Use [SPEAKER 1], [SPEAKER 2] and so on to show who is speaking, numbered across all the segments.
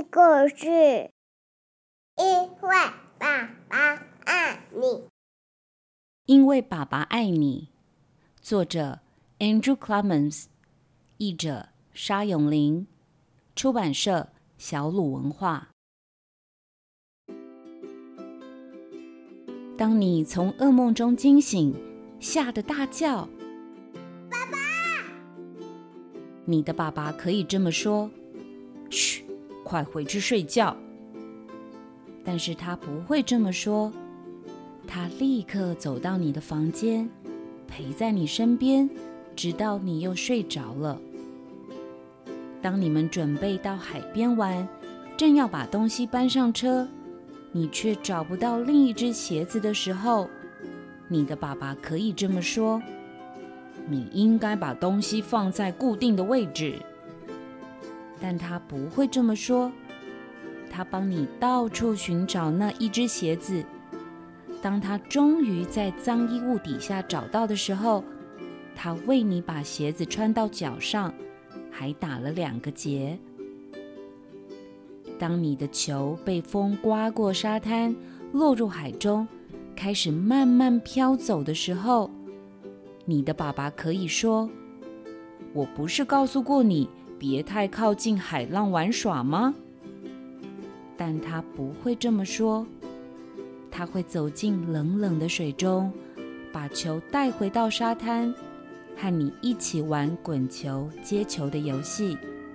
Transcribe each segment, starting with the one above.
[SPEAKER 1] 听故事，因为爸爸爱你。
[SPEAKER 2] 因为爸爸爱你，作者 Andrew Clemens， 译者沙永玲，出版社小鲁文化。当你从噩梦中惊醒，吓得大叫爸爸，你的爸爸可以这么说，嘘，快回去睡觉。但是他不会这么说，他立刻走到你的房间，陪在你身边，直到你又睡着了。当你们准备到海边玩，正要把东西搬上车，你却找不到另一只鞋子的时候，你的爸爸可以这么说，你应该把东西放在固定的位置。但他不会这么说，他帮你到处寻找那一只鞋子。当他终于在脏衣物底下找到的时候，他为你把鞋子穿到脚上，还打了2个结。当你的球被风刮过沙滩，落入海中，开始慢慢飘走的时候，你的爸爸可以说，我不是告诉过你别太靠近海浪玩耍吗？但他不会这么说，他会走进冷冷的水中，把球带回到沙滩，和你一起玩滚球、接球的游戏。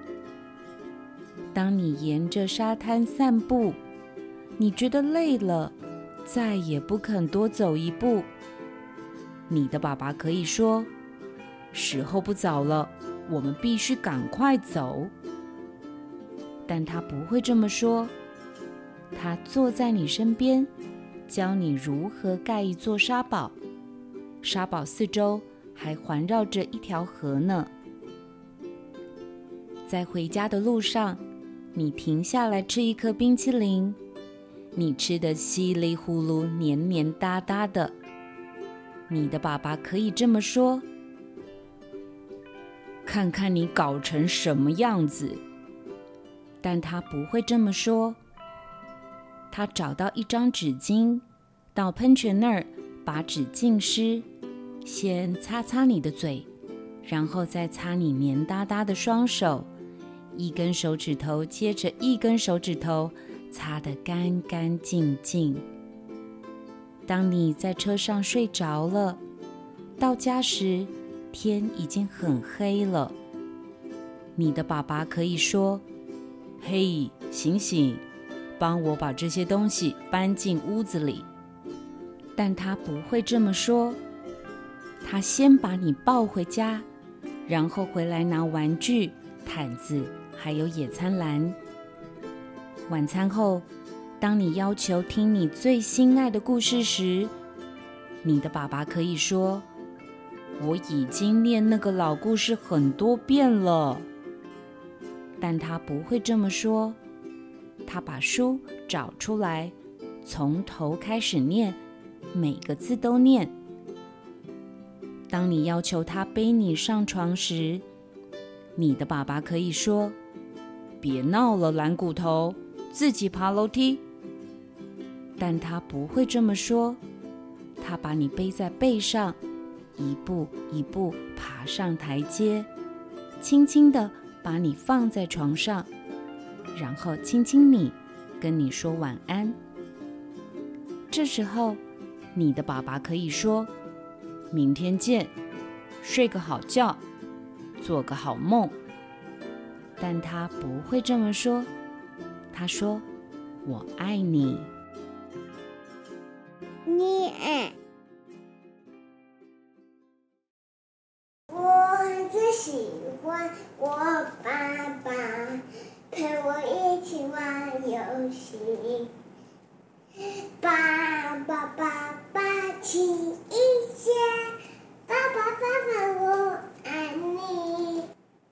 [SPEAKER 2] 当你沿着沙滩散步，你觉得累了，再也不肯多走一步，你的爸爸可以说，时候不早了，我们必须赶快走。但他不会这么说，他坐在你身边，教你如何盖一座沙堡，沙堡四周还环绕着一条河呢。在回家的路上，你停下来吃一颗冰淇淋，你吃得稀里呼噜、黏黏哒哒的。你的爸爸可以这么说，看看你搞成什么样子。但他不会这么说，他找到一张纸巾，到喷泉那儿把纸浸湿，先擦擦你的嘴，然后再擦你黏哒哒的双手，一根手指头接着一根手指头，擦得干干净净。当你在车上睡着了，到家时天已经很黑了，你的爸爸可以说，嘿，醒醒，帮我把这些东西搬进屋子里。但他不会这么说，他先把你抱回家，然后回来拿玩具、毯子还有野餐篮。晚餐后，当你要求听你最心爱的故事时，你的爸爸可以说，我已经念那个老故事很多遍了。但他不会这么说，他把书找出来，从头开始念，每个字都念。当你要求他背你上床时，你的爸爸可以说，别闹了，蓝骨头，自己爬楼梯。但他不会这么说，他把你背在背上，一步一步爬上台阶，轻轻地把你放在床上，然后亲亲你，跟你说晚安。这时候，你的爸爸可以说，明天见，睡个好觉，做个好梦。但他不会这么说，他说，我爱你。
[SPEAKER 1] 你爱我最喜欢我爸爸陪我一起玩游戏。